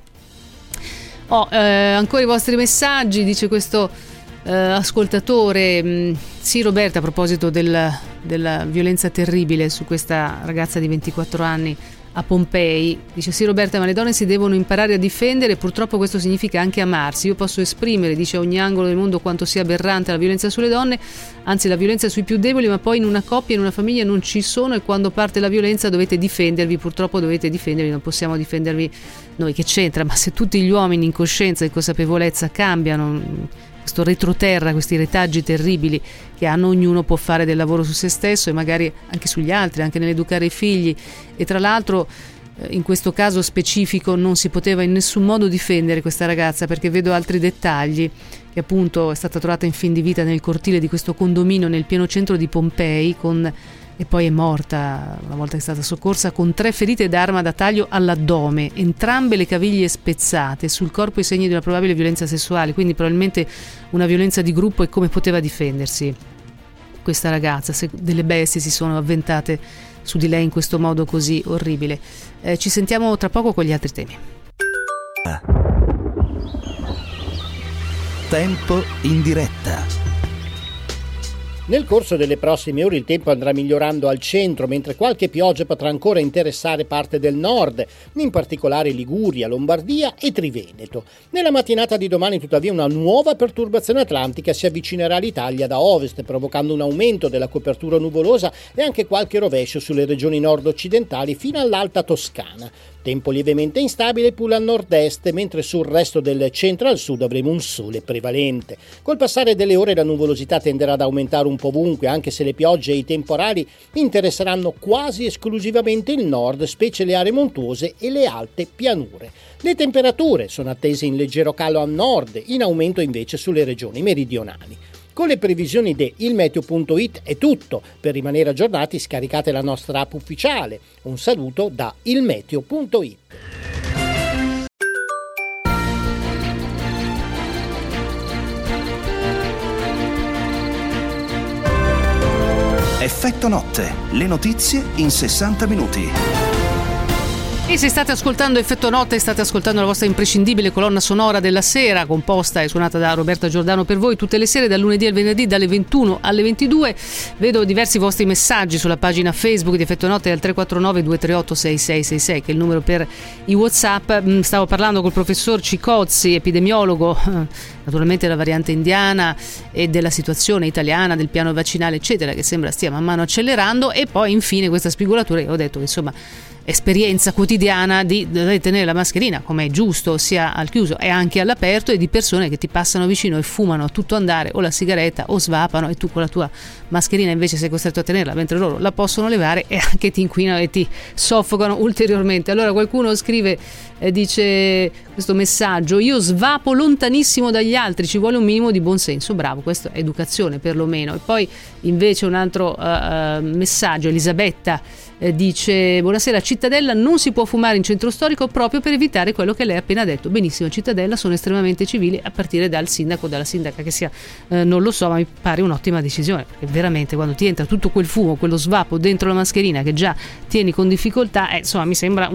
Ancora i vostri messaggi, dice questo ascoltatore. Sì, Roberta, a proposito della violenza terribile su questa ragazza di 24 anni a Pompei, dice: sì, Roberta, ma le donne si devono imparare a difendere, purtroppo questo significa anche amarsi. Io posso esprimere, dice, a ogni angolo del mondo quanto sia aberrante la violenza sulle donne, anzi la violenza sui più deboli, ma poi in una coppia, in una famiglia non ci sono, e quando parte la violenza dovete difendervi, purtroppo dovete difendervi, non possiamo difendervi noi. Che c'entra? Ma se tutti gli uomini in coscienza e consapevolezza cambiano, questo retroterra, questi retaggi terribili che hanno, ognuno può fare del lavoro su se stesso e magari anche sugli altri, anche nell'educare i figli. E tra l'altro in questo caso specifico non si poteva in nessun modo difendere questa ragazza, perché vedo altri dettagli, che appunto è stata trovata in fin di vita nel cortile di questo condominio nel pieno centro di Pompei, e poi è morta una volta che è stata soccorsa, con 3 ferite d'arma da taglio all'addome, entrambe le caviglie spezzate, sul corpo i segni di una probabile violenza sessuale, quindi probabilmente una violenza di gruppo. E come poteva difendersi questa ragazza, se delle bestie si sono avventate su di lei in questo modo così orribile. Ci sentiamo tra poco con gli altri temi. Tempo in diretta. Nel corso delle prossime ore il tempo andrà migliorando al centro, mentre qualche pioggia potrà ancora interessare parte del nord, in particolare Liguria, Lombardia e Triveneto. Nella mattinata di domani, tuttavia, una nuova perturbazione atlantica si avvicinerà all'Italia da ovest, provocando un aumento della copertura nuvolosa e anche qualche rovescio sulle regioni nord-occidentali fino all'Alta Toscana. Tempo lievemente instabile pure al nord-est, mentre sul resto del centro al sud avremo un sole prevalente. Col passare delle ore la nuvolosità tenderà ad aumentare un po' ovunque, anche se le piogge e i temporali interesseranno quasi esclusivamente il nord, specie le aree montuose e le alte pianure. Le temperature sono attese in leggero calo al nord, in aumento invece sulle regioni meridionali. Con le previsioni di ilmeteo.it è tutto. Per rimanere aggiornati scaricate la nostra app ufficiale. Un saluto da ilmeteo.it. Effetto notte, le notizie in 60 minuti. E se state ascoltando Effetto Notte, state ascoltando la vostra imprescindibile colonna sonora della sera, composta e suonata da Roberta Giordano per voi tutte le sere, dal lunedì al venerdì, dalle 21 alle 22. Vedo diversi vostri messaggi sulla pagina Facebook di Effetto Notte al 349-238-6666, che è il numero per i WhatsApp. Stavo parlando col professor Cicozzi, epidemiologo, naturalmente della variante indiana e della situazione italiana, del piano vaccinale, eccetera, che sembra stia man mano accelerando, e poi infine questa spigolatura. Io ho detto che insomma esperienza quotidiana di dover tenere la mascherina, come è giusto, sia al chiuso e anche all'aperto, e di persone che ti passano vicino e fumano a tutto andare o la sigaretta o svapano, e tu con la tua mascherina invece sei costretto a tenerla, mentre loro la possono levare e anche ti inquinano e ti soffocano ulteriormente. Allora qualcuno scrive, dice questo messaggio: io svapo lontanissimo dagli altri, ci vuole un minimo di buonsenso. Bravo, questa è educazione perlomeno. E poi invece un altro messaggio, Elisabetta dice: buonasera, a Cittadella non si può fumare in centro storico proprio per evitare quello che lei ha appena detto. Benissimo, a Cittadella sono estremamente civili, a partire dal sindaco, dalla sindaca che sia, non lo so, ma mi pare un'ottima decisione, perché veramente quando ti entra tutto quel fumo, quello svapo dentro la mascherina che già tieni con difficoltà, insomma mi sembra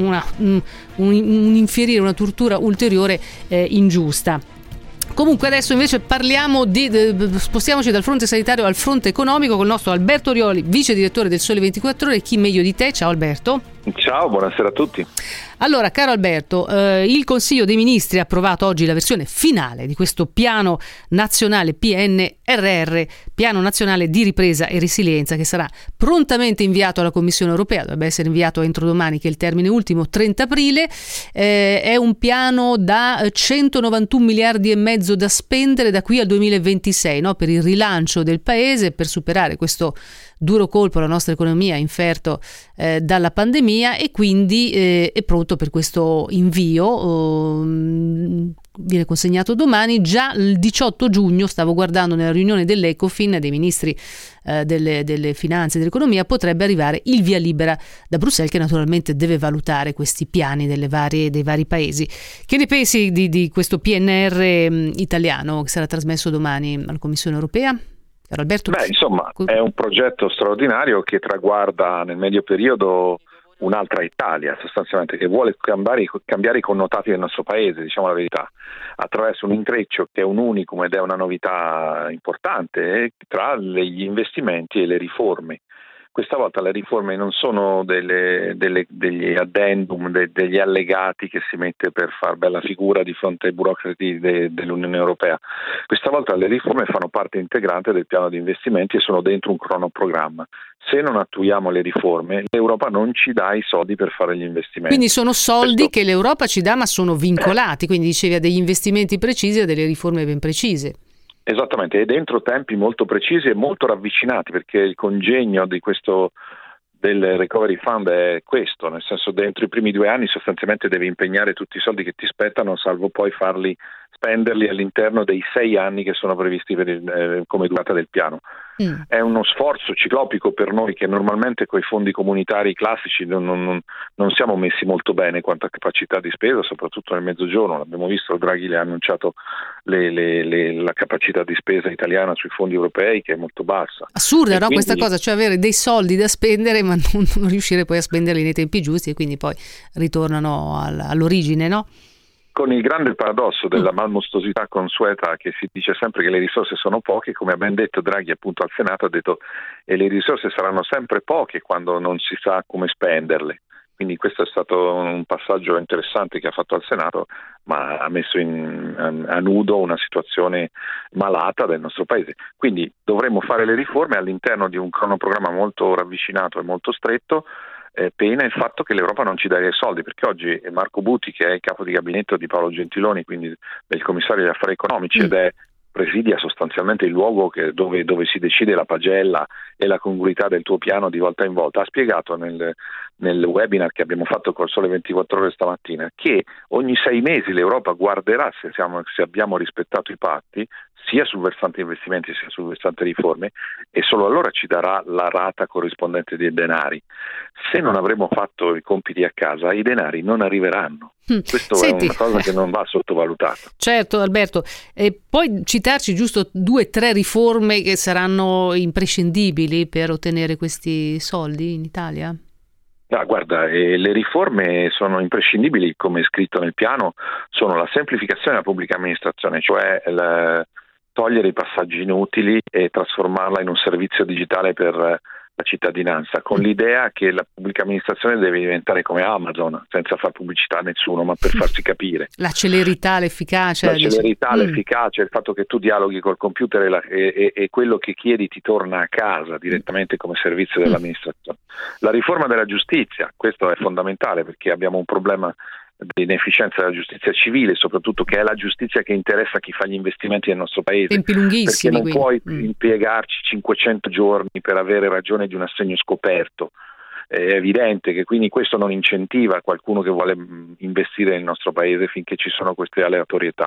un infierire, una tortura ulteriore ingiusta. Comunque adesso invece parliamo spostiamoci dal fronte sanitario al fronte economico con il nostro Alberto Orioli, vice direttore del Sole 24 Ore. Chi meglio di te? Ciao Alberto. Ciao, buonasera a tutti. Allora, caro Alberto, il Consiglio dei Ministri ha approvato oggi la versione finale di questo piano nazionale PNRR, piano nazionale di ripresa e resilienza, che sarà prontamente inviato alla Commissione europea. Dovrebbe essere inviato entro domani, che è il termine ultimo, 30 aprile. È un piano da 191 miliardi e mezzo da spendere da qui al 2026, no? Per il rilancio del paese, per superare questo duro colpo alla nostra economia inferto dalla pandemia, e quindi è pronto per questo invio. Viene consegnato domani. Già il 18 giugno, stavo guardando nella riunione dell'Ecofin dei ministri delle finanze e dell'economia, potrebbe arrivare il via libera da Bruxelles, che naturalmente deve valutare questi piani dei vari paesi. Che ne pensi di questo PNR italiano che sarà trasmesso domani alla Commissione europea? Alberto? Beh, insomma, è un progetto straordinario che traguarda nel medio periodo un'altra Italia, sostanzialmente, che vuole cambiare i connotati del nostro paese, diciamo la verità, attraverso un intreccio che è un unicum ed è una novità importante tra gli investimenti e le riforme. Questa volta le riforme non sono degli addendum, degli allegati che si mette per far bella figura di fronte ai burocrati dell'Unione Europea. Questa volta le riforme fanno parte integrante del piano di investimenti e sono dentro un cronoprogramma. Se non attuiamo le riforme, l'Europa non ci dà i soldi per fare gli investimenti. Quindi sono soldi che l'Europa ci dà, ma sono vincolati, quindi dicevi a degli investimenti precisi e a delle riforme ben precise. Esattamente, e dentro tempi molto precisi e molto ravvicinati, perché il congegno del Recovery Fund è questo, nel senso dentro i primi 2 anni sostanzialmente devi impegnare tutti i soldi che ti spettano, salvo poi farli spenderli all'interno dei 6 anni che sono previsti come durata del piano. È uno sforzo ciclopico per noi che normalmente con i fondi comunitari classici non siamo messi molto bene quanto a capacità di spesa, soprattutto nel Mezzogiorno. L'abbiamo visto, Draghi le ha annunciato la capacità di spesa italiana sui fondi europei che è molto bassa. Assurda, no? Questa cosa, cioè avere dei soldi da spendere ma non riuscire poi a spenderli nei tempi giusti e quindi poi ritornano all'origine, no? Con il grande paradosso della malmostosità consueta che si dice sempre che le risorse sono poche, come ha ben detto Draghi appunto al Senato, ha detto e le risorse saranno sempre poche quando non si sa come spenderle. Quindi questo è stato un passaggio interessante che ha fatto al Senato, ma ha messo a nudo una situazione malata del nostro Paese. Quindi dovremmo fare le riforme all'interno di un cronoprogramma molto ravvicinato e molto stretto, pena il fatto che l'Europa non ci dà i soldi, perché oggi Marco Butti, che è il capo di gabinetto di Paolo Gentiloni, quindi del commissario degli affari economici, presidia sostanzialmente il luogo dove si decide la pagella e la congruità del tuo piano di volta in volta, ha spiegato nel webinar che abbiamo fatto col Sole 24 Ore stamattina che ogni 6 mesi l'Europa guarderà se abbiamo rispettato i patti, sia sul versante investimenti sia sul versante riforme, e solo allora ci darà la rata corrispondente dei denari. Se non avremo fatto i compiti a casa, i denari non arriveranno. Questo Senti, è una cosa che non va sottovalutata. Certo, Alberto, e puoi citarci giusto 2 o 3 riforme che saranno imprescindibili per ottenere questi soldi in Italia? Guarda, le riforme sono imprescindibili, come è scritto nel piano, sono la semplificazione della pubblica amministrazione, cioè togliere i passaggi inutili e trasformarla in un servizio digitale per la cittadinanza, con l'idea che la pubblica amministrazione deve diventare come Amazon, senza far pubblicità a nessuno, ma per farsi capire. La celerità, l'efficacia. L'efficacia, il fatto che tu dialoghi col computer e quello che chiedi ti torna a casa direttamente come servizio dell'amministrazione. La riforma della giustizia, questo è fondamentale perché abbiamo un problema di inefficienza della giustizia civile, soprattutto che è la giustizia che interessa chi fa gli investimenti nel nostro paese. Tempi lunghissimi, perché non puoi impiegarci 500 giorni per avere ragione di un assegno scoperto. È evidente che quindi questo non incentiva qualcuno che vuole investire nel nostro paese finché ci sono queste aleatorietà.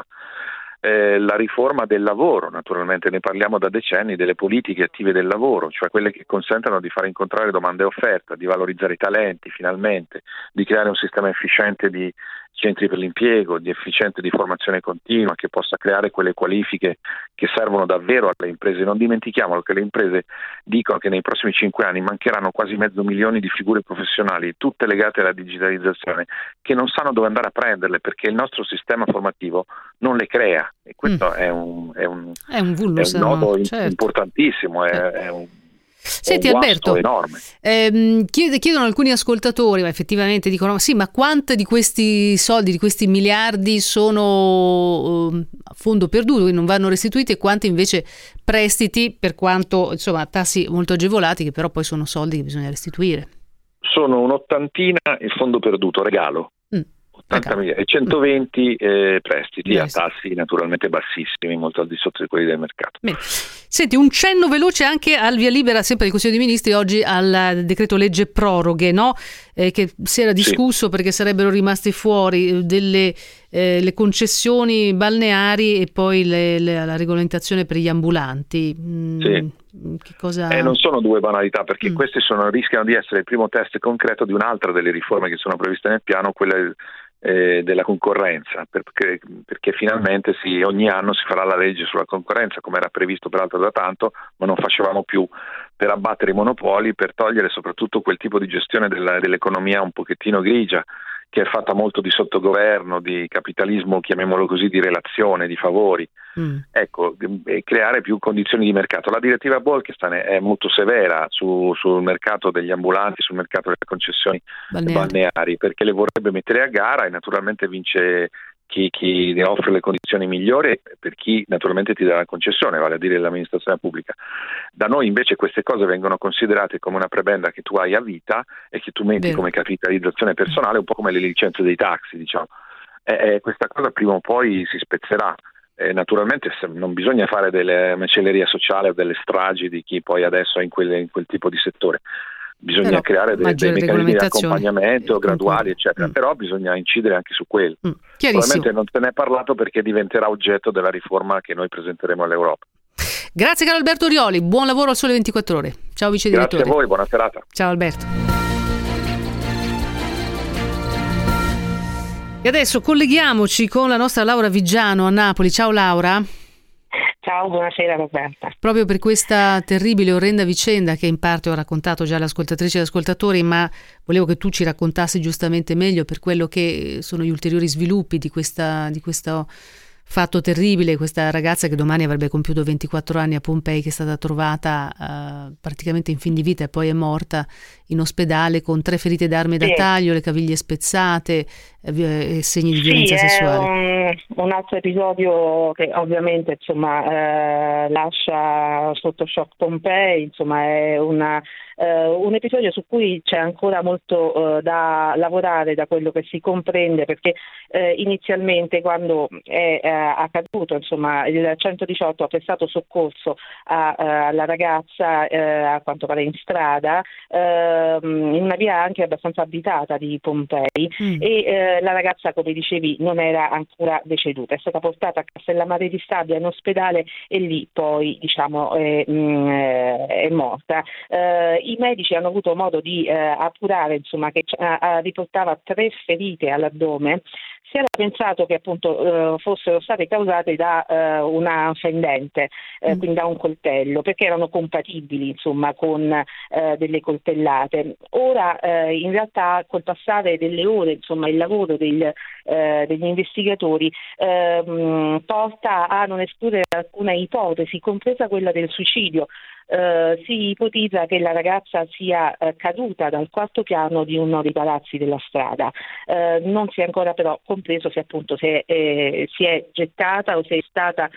La riforma del lavoro, naturalmente ne parliamo da decenni, delle politiche attive del lavoro, cioè quelle che consentono di far incontrare domanda e offerta, di valorizzare i talenti finalmente, di creare un sistema efficiente di centri per l'impiego, di efficiente di formazione continua che possa creare quelle qualifiche che servono davvero alle imprese. Non dimentichiamolo che le imprese dicono che nei prossimi 5 anni mancheranno quasi 500.000 di figure professionali, tutte legate alla digitalizzazione, che non sanno dove andare a prenderle perché il nostro sistema formativo non le crea, e questo è un nodo importantissimo, è un Senti Alberto, enorme. Chiedono alcuni ascoltatori, ma effettivamente dicono sì, ma quanti di questi soldi, di questi miliardi sono a fondo perduto, quindi non vanno restituiti, e quanti invece prestiti, per quanto insomma tassi molto agevolati, che però poi sono soldi che bisogna restituire? Sono un'ottantina il fondo perduto, regalo. 80 miliardi e 120 prestiti a tassi naturalmente bassissimi, molto al di sotto di quelli del mercato. Bene. Senti, un cenno veloce anche al via libera, sempre del Consiglio dei Ministri, oggi al decreto legge proroghe, no? Che si era discusso perché sarebbero rimasti fuori delle le concessioni balneari e poi la regolamentazione per gli ambulanti. Che cosa... non sono 2 banalità, perché questi rischiano di essere il primo test concreto di un'altra delle riforme che sono previste nel piano, quella della concorrenza, perché finalmente ogni anno si farà la legge sulla concorrenza, come era previsto peraltro da tanto, ma non facevamo più, per abbattere i monopoli, per togliere soprattutto quel tipo di gestione dell'economia un pochettino grigia, che è fatta molto di sottogoverno, di capitalismo, chiamiamolo così, di relazione, di favori. Ecco, creare più condizioni di mercato. La direttiva Bolkestein è molto severa sul mercato degli ambulanti, sul mercato delle concessioni balneari, perché le vorrebbe mettere a gara, e naturalmente vince chi ne offre le condizioni migliori, per chi naturalmente ti dà la concessione, vale a dire l'amministrazione pubblica. Da noi invece queste cose vengono considerate come una prebenda che tu hai a vita e che tu metti come capitalizzazione personale, un po' come le licenze dei taxi, diciamo. Questa cosa prima o poi si spezzerà. Naturalmente non bisogna fare delle macellerie sociali o delle stragi di chi poi adesso è in quel tipo di settore, bisogna creare dei meccanismi di accompagnamento graduali, eccetera, però bisogna incidere anche su quello. Probabilmente non se ne è parlato perché diventerà oggetto della riforma che noi presenteremo all'Europa. Grazie caro Alberto Orioli, buon lavoro al Sole 24 Ore. Ciao vice direttore. Grazie a voi, buona serata. Ciao Alberto. E adesso colleghiamoci con la nostra Laura Viggiano a Napoli. Ciao Laura. Ciao, buonasera Roberta. Proprio per questa terribile e orrenda vicenda che in parte ho raccontato già alle ascoltatrici e agli ascoltatori, ma volevo che tu ci raccontassi giustamente meglio per quello che sono gli ulteriori sviluppi di questo fatto terribile, questa ragazza che domani avrebbe compiuto 24 anni a Pompei, che è stata trovata praticamente in fin di vita e poi è morta in ospedale con 3 ferite d'arme da taglio, le caviglie spezzate e segni di violenza sessuale. È un altro episodio che ovviamente lascia sotto shock Pompei, insomma è un episodio su cui c'è ancora molto da lavorare, da quello che si comprende, perché inizialmente quando è accaduto, insomma, il 118 ha prestato soccorso alla ragazza a quanto pare in strada in una via anche abbastanza abitata di Pompei e la ragazza, come dicevi, non era ancora deceduta, è stata portata a Castellammare di Stabia in ospedale e lì poi è morta. I medici hanno avuto modo di appurare, insomma, che riportava 3 ferite all'addome. Si era pensato che appunto fossero state causate da una fendente, quindi da un coltello, perché erano compatibili, insomma, con delle coltellate. Ora in realtà col passare delle ore, insomma, il lavoro degli investigatori porta a non escludere alcuna ipotesi, compresa quella del suicidio. Si ipotizza che la ragazza sia caduta dal 4º piano di uno dei palazzi della strada. Non si è ancora però compreso se appunto si è gettata o se è stata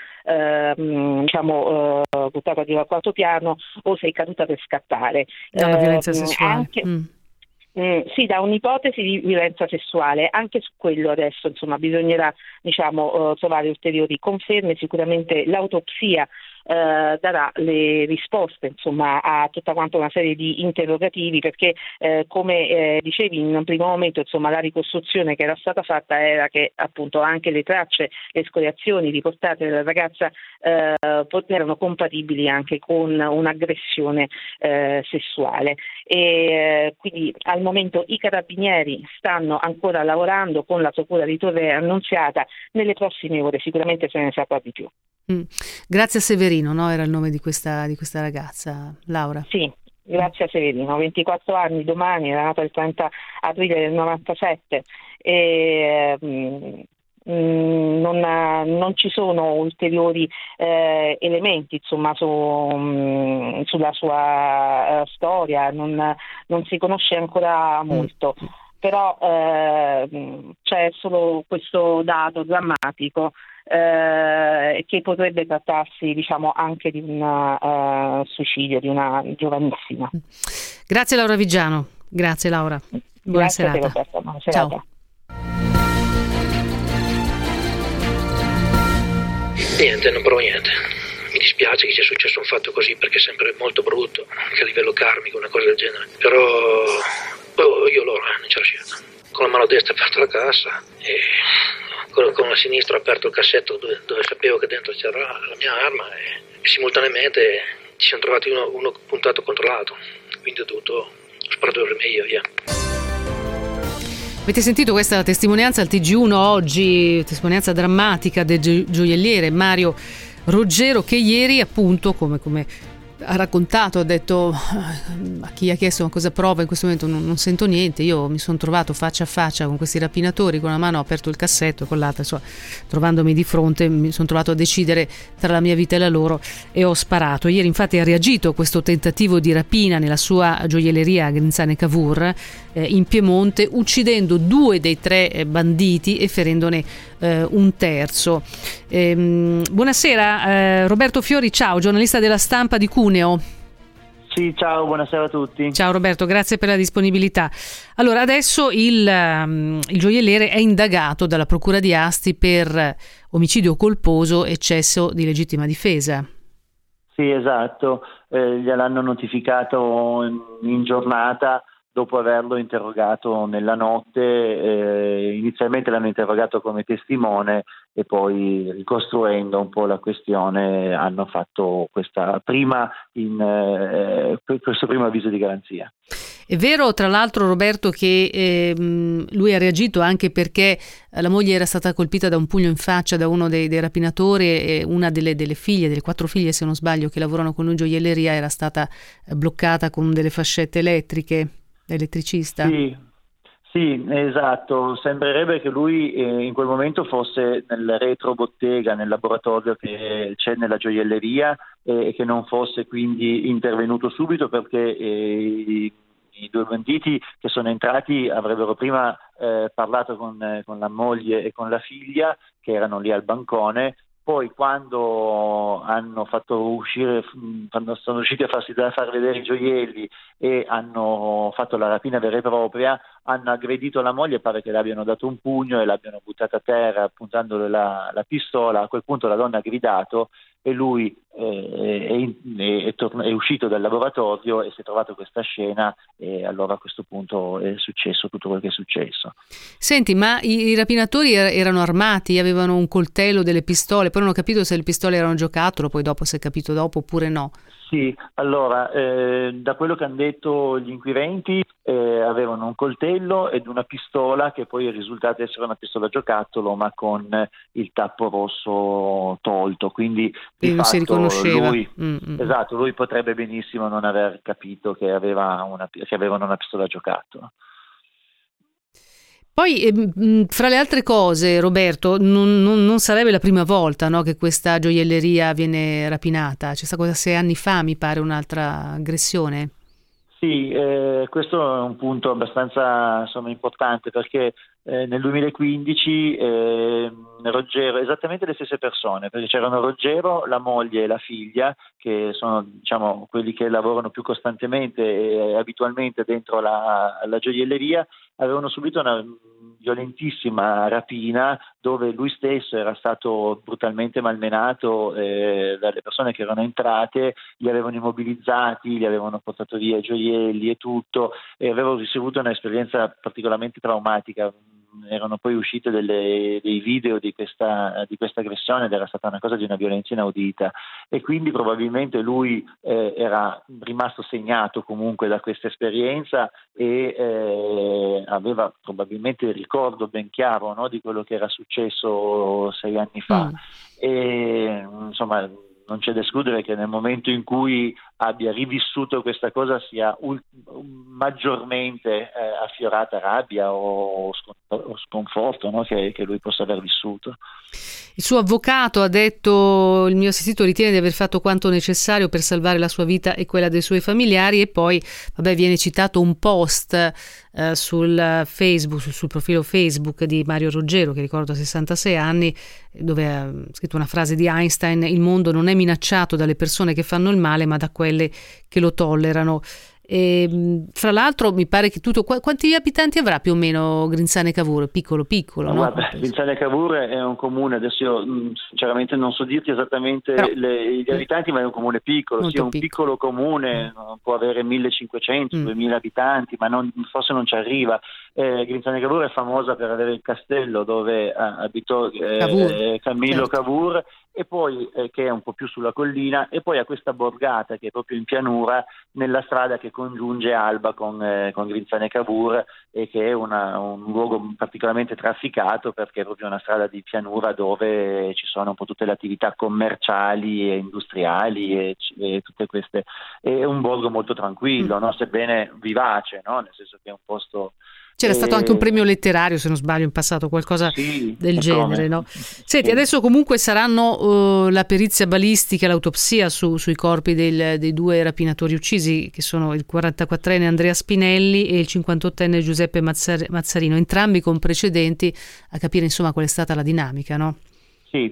buttata dal 4º piano o se è caduta per scappare. Dalla violenza sessuale. Sì, da un'ipotesi di violenza sessuale. Anche su quello adesso, insomma, bisognerà trovare ulteriori conferme. Sicuramente l'autopsia darà le risposte, insomma, a tutta quanta una serie di interrogativi, perché come dicevi in un primo momento, insomma, la ricostruzione che era stata fatta era che appunto anche le tracce, le scoriazioni riportate dalla ragazza erano compatibili anche con un'aggressione sessuale e quindi al momento i carabinieri stanno ancora lavorando con la procura di Torre Annunziata. Nelle prossime ore sicuramente se ne saprà di più. Grazie a Severino, no? Era il nome di questa ragazza, Laura. Sì, grazie a Severino, 24 anni domani, era nata il 30 aprile del 97 e non ci sono ulteriori elementi, insomma, sulla sua storia, non si conosce ancora molto. Però c'è solo questo dato drammatico che potrebbe trattarsi, diciamo, anche di un suicidio di una giovanissima. Grazie Laura Viggiano. Grazie Laura. Buona serata. Roberto, buona serata. Ciao. Niente, non provo niente. Mi dispiace che sia successo un fatto così perché è sempre molto brutto, anche a livello karmico, una cosa del genere. Però io non ce l'ho scelta. Con la mano destra ho aperto la cassa e con la sinistra ho aperto il cassetto dove sapevo che dentro c'era la mia arma e simultaneamente ci siamo trovati uno puntato contro l'altro. Quindi ho sparato per me io, via. Avete sentito questa testimonianza al TG1 oggi, testimonianza drammatica del gioielliere Mario Roggero, che ieri appunto come ha raccontato, ha detto a chi ha chiesto ma cosa prova in questo momento, non sento niente, io mi sono trovato faccia a faccia con questi rapinatori, con una mano ho aperto il cassetto e con l'altra, insomma, trovandomi di fronte mi sono trovato a decidere tra la mia vita e la loro e ho sparato. Ieri infatti ha reagito a questo tentativo di rapina nella sua gioielleria a Grinzane Cavour in Piemonte, uccidendo 2 dei 3 banditi e ferendone un terzo. Buonasera, Roberto Fiori, ciao, giornalista della Stampa di Cuneo. Sì, ciao, buonasera a tutti. Ciao Roberto, grazie per la disponibilità. Allora, adesso il gioielliere è indagato dalla Procura di Asti per omicidio colposo e eccesso di legittima difesa. Sì, esatto, gliel'hanno notificato in giornata dopo averlo interrogato nella notte. Inizialmente l'hanno interrogato come testimone e poi, ricostruendo un po' la questione, hanno fatto questo primo avviso di garanzia. È vero, tra l'altro, Roberto, che lui ha reagito anche perché la moglie era stata colpita da un pugno in faccia da uno dei rapinatori e una delle figlie, delle 4 figlie se non sbaglio, che lavorano con lui in gioielleria, era stata bloccata con delle fascette elettriche, elettricista. Sì, esatto. Sembrerebbe che lui in quel momento fosse nel retrobottega, nel laboratorio che c'è nella gioielleria, e che non fosse quindi intervenuto subito, perché i 2 banditi che sono entrati avrebbero prima parlato con la moglie e con la figlia, che erano lì al bancone. Poi, quando sono riusciti a far vedere i gioielli e hanno fatto la rapina vera e propria, hanno aggredito la moglie, pare che le abbiano dato un pugno e l'abbiano buttata a terra puntandole la pistola. A quel punto la donna ha gridato e lui è uscito dal laboratorio e si è trovato questa scena, e allora a questo punto è successo tutto quello che è successo. Senti, ma i rapinatori erano armati, avevano un coltello, delle pistole? Poi non ho capito se le pistole erano giocattolo, poi dopo si è capito dopo oppure no. Sì, allora, da quello che hanno detto gli inquirenti, avevano un coltello ed una pistola che poi è risultata essere una pistola giocattolo, ma con il tappo rosso tolto, quindi di non si riconosceva. Esatto, lui potrebbe benissimo non aver capito che avevano una pistola giocattolo. Poi, fra le altre cose, Roberto, non sarebbe la prima volta, no, che questa gioielleria viene rapinata. C'è stata 6 anni fa, mi pare, un'altra aggressione. Sì, questo è un punto abbastanza importante, perché nel 2015 Ruggero, esattamente le stesse persone, perché c'erano Ruggero, la moglie e la figlia, che sono quelli che lavorano più costantemente e abitualmente dentro la gioielleria, avevano subito una violentissima rapina dove lui stesso era stato brutalmente malmenato dalle persone che erano entrate, li avevano immobilizzati, li avevano portato via i gioielli e tutto, e avevo ricevuto un'esperienza particolarmente traumatica. Erano poi uscite dei video di questa aggressione ed era stata una cosa di una violenza inaudita, e quindi probabilmente lui era rimasto segnato comunque da questa esperienza e aveva probabilmente il ricordo ben chiaro, no, di quello che era successo 6 anni fa. E insomma, non c'è da escludere che nel momento in cui abbia rivissuto questa cosa sia maggiormente affiorata rabbia o sconforto, no? che lui possa aver vissuto. Il suo avvocato ha detto: il mio assistito ritiene di aver fatto quanto necessario per salvare la sua vita e quella dei suoi familiari. E poi viene citato un post sul Facebook, sul profilo Facebook di Mario Ruggero, che ricordo ha 66 anni, dove ha scritto una frase di Einstein: il mondo non è minacciato dalle persone che fanno il male, ma da quelle che lo tollerano. E, fra l'altro, mi pare che quanti abitanti avrà più o meno Grinzane Cavour? Piccolo, no? Guarda, Grinzane Cavour è un comune, adesso io sinceramente non so dirti esattamente gli abitanti, ma è un comune piccolo, un piccolo comune, può avere 1500, 2000 abitanti, ma forse non ci arriva. Grinzane Cavour è famosa per avere il castello dove abitò Camillo Cavour, e poi che è un po' più sulla collina, e poi ha questa borgata che è proprio in pianura, nella strada che congiunge Alba con Grinzane Cavour, e che è un luogo particolarmente trafficato perché è proprio una strada di pianura dove ci sono un po' tutte le attività commerciali e industriali e tutte queste. È un borgo molto tranquillo, no? Sebbene vivace, no? Nel senso che è un posto. C'era stato anche un premio letterario, se non sbaglio, in passato, qualcosa del genere, no? Senti, adesso comunque saranno la perizia balistica, l'autopsia sui corpi dei 2 rapinatori uccisi, che sono il 44enne Andrea Spinelli e il 58enne Giuseppe Mazzarino, entrambi con precedenti, a capire insomma qual è stata la dinamica, no? Sì,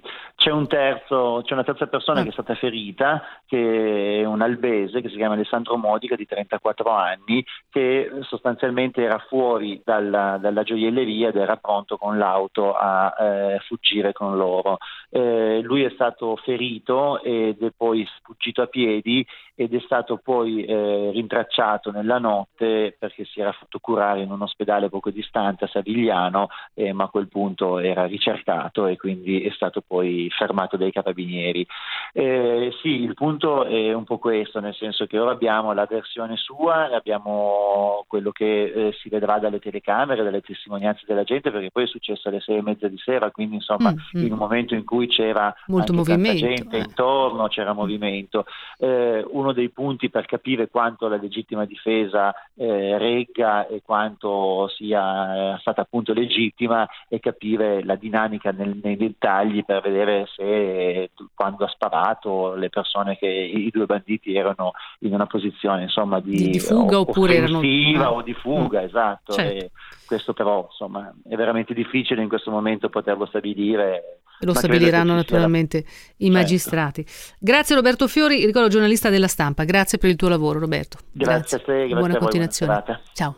c'è una terza persona che è stata ferita, che è un albese che si chiama Alessandro Modica, di 34 anni, che sostanzialmente era fuori dalla gioielleria ed era pronto con l'auto a fuggire con loro. Lui è stato ferito ed è poi sfuggito a piedi ed è stato poi rintracciato nella notte perché si era fatto curare in un ospedale poco distante a Savigliano, ma a quel punto era ricercato e quindi è stato poi fermato dai carabinieri. Sì, il punto è un po' questo, nel senso che ora abbiamo la versione sua, abbiamo quello che si vedrà dalle telecamere, dalle testimonianze della gente, perché poi è successo alle 6:30 di sera, quindi insomma in un momento in cui c'era molto anche movimento, tanta gente intorno, c'era movimento. Uno dei punti per capire quanto la legittima difesa regga e quanto sia stata appunto legittima è capire la dinamica nei dettagli, per vedere se quando ha sparato le persone, che i due banditi erano in una posizione insomma di fuga oppure erano o di fuga, esatto. Certo. E questo però insomma è veramente difficile in questo momento poterlo stabilire. Lo stabiliranno naturalmente i magistrati. Grazie Roberto Fiori, ricordo giornalista della Stampa. Grazie per il tuo lavoro, Roberto. Grazie a te, grazie buona a voi, continuazione. buona serata. Ciao.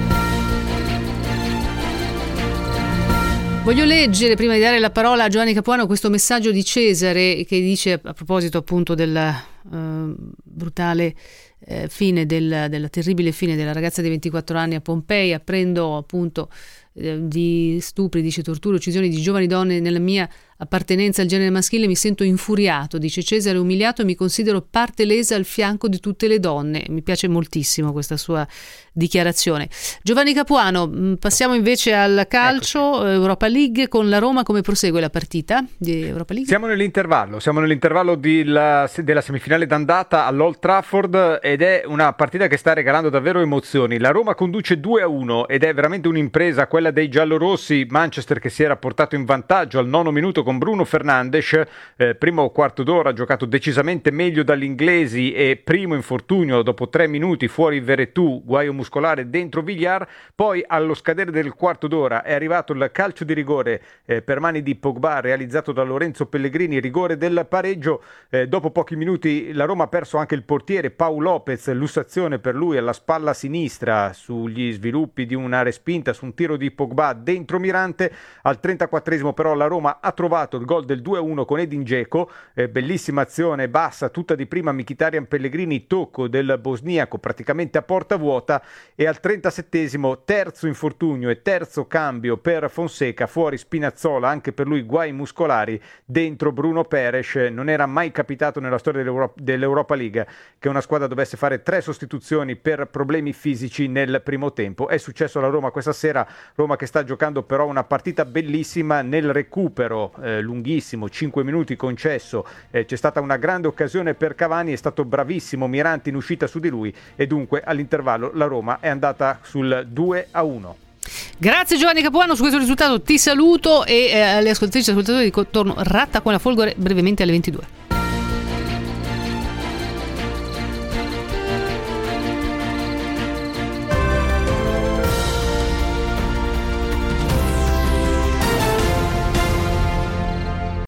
Voglio leggere, prima di dare la parola a Giovanni Capuano, questo messaggio di Cesare che dice, a proposito appunto della brutale fine, della terribile fine della ragazza di 24 anni a Pompei: apprendo appunto di stupri, dice, torture, uccisioni di giovani donne nella mia appartenenza al genere maschile, mi sento infuriato, dice Cesare, umiliato e mi considero parte lesa al fianco di tutte le donne. Mi piace moltissimo questa sua dichiarazione. Giovanni Capuano, passiamo invece al calcio. Europa League, con la Roma. Come prosegue la partita di Europa League? Siamo nell'intervallo della semifinale d'andata all'Old Trafford ed è una partita che sta regalando davvero emozioni. La Roma conduce 2-1 ed è veramente un'impresa quella dei giallorossi. Manchester che si era portato in vantaggio al 9° minuto con Bruno Fernandes, primo quarto d'ora giocato decisamente meglio dagli inglesi e primo infortunio dopo 3 minuti fuori Veretout, guaio muscolare dentro Villar. Poi allo scadere del quarto d'ora è arrivato il calcio di rigore per mani di Pogba realizzato da Lorenzo Pellegrini, rigore del pareggio. Dopo pochi minuti la Roma ha perso anche il portiere Pau Lopez, lussazione per lui alla spalla sinistra sugli sviluppi di una respinta su un tiro di Pogba dentro Mirante. Al 34esimo però la Roma ha trovato il gol del 2-1 con Edin Dzeko, bellissima azione bassa tutta di prima, Mkhitaryan Pellegrini, tocco del bosniaco praticamente a porta vuota, e al 37esimo terzo infortunio e terzo cambio per Fonseca, fuori Spinazzola, anche per lui guai muscolari, dentro Bruno Peres. Non era mai capitato nella storia dell'Europa League che una squadra dovesse fare 3 sostituzioni per problemi fisici nel primo tempo. È successo alla Roma questa sera, Roma che sta giocando però una partita bellissima. Nel recupero lunghissimo, 5 minuti concesso, c'è stata una grande occasione per Cavani, è stato bravissimo Mirante in uscita su di lui e dunque all'intervallo la Roma è andata sul 2-1. Grazie Giovanni Capuano, su questo risultato ti saluto e alle ascoltatrici e ascoltatori torno ratta con la Folgore brevemente alle 22.